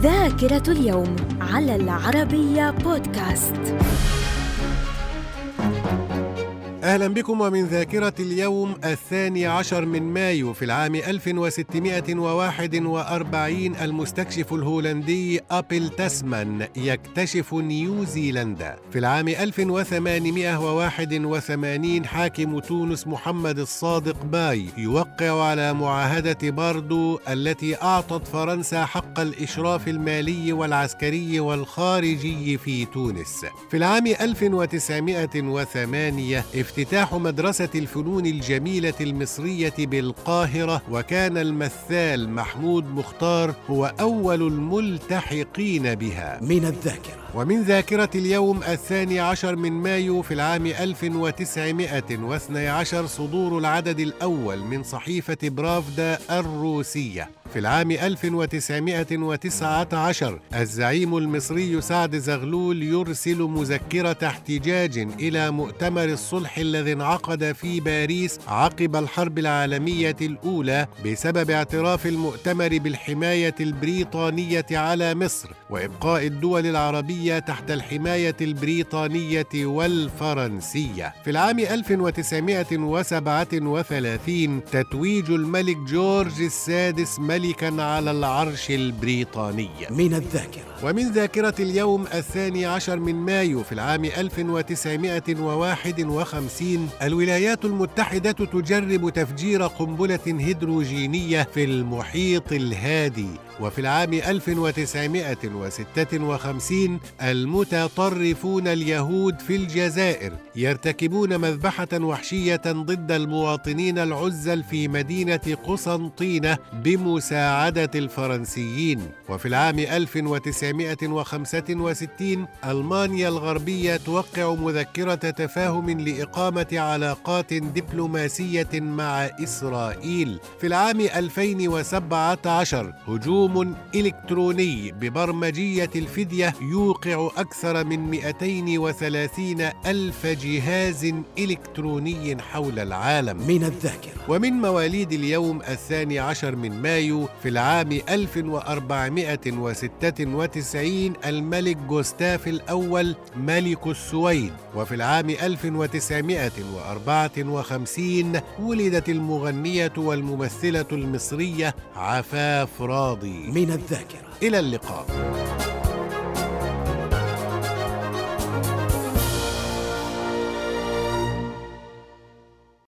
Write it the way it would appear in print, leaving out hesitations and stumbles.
ذاكرة اليوم على العربية بودكاست. أهلا بكم ومن ذاكرة اليوم 12 من مايو في العام 1641 المستكشف الهولندي أبل تاسمان يكتشف نيوزيلندا. في العام 1881 حاكم تونس محمد الصادق باي يوقع على معاهدة باردو التي أعطت فرنسا حق الإشراف المالي والعسكري والخارجي في تونس. في العام 1908 افتتاح مدرسة الفنون الجميلة المصرية بالقاهرة، وكان المثال محمود مختار هو أول الملتحقين بها. من الذاكرة. ومن ذاكرة اليوم 12 من مايو في العام 1912 صدور العدد الأول من صحيفة برافدا الروسية. في العام 1919 الزعيم المصري سعد زغلول يرسل مذكرة احتجاج إلى مؤتمر الصلح الذي انعقد في باريس عقب الحرب العالمية الأولى بسبب اعتراف المؤتمر بالحماية البريطانية على مصر وإبقاء الدول العربية تحت الحماية البريطانية والفرنسية. في العام 1937 تتويج الملك جورج السادس ملكاً على العرش البريطاني. من الذاكرة. ومن ذاكرة اليوم 12 من مايو في العام 1951 الولايات المتحدة تجرب تفجير قنبلة هيدروجينية في المحيط الهادي. وفي العام 1956 المتطرفون اليهود في الجزائر يرتكبون مذبحة وحشية ضد المواطنين العزل في مدينة قسنطينة بمساعدة الفرنسيين. وفي العام 1965 ألمانيا الغربية توقع مذكرة تفاهم لإقامة علاقات دبلوماسية مع إسرائيل. في العام 2017 هجوم إلكتروني ببرمجية الفدية يوقع أكثر من 230 ألف جهاز إلكتروني حول العالم. من الذاكرة. ومن مواليد اليوم 12 من مايو في العام 1496 الملك جوستاف الأول ملك السويد. وفي العام 1954 ولدت المغنية والممثلة المصرية عفاف راضي. من الذاكرة. إلى اللقاء.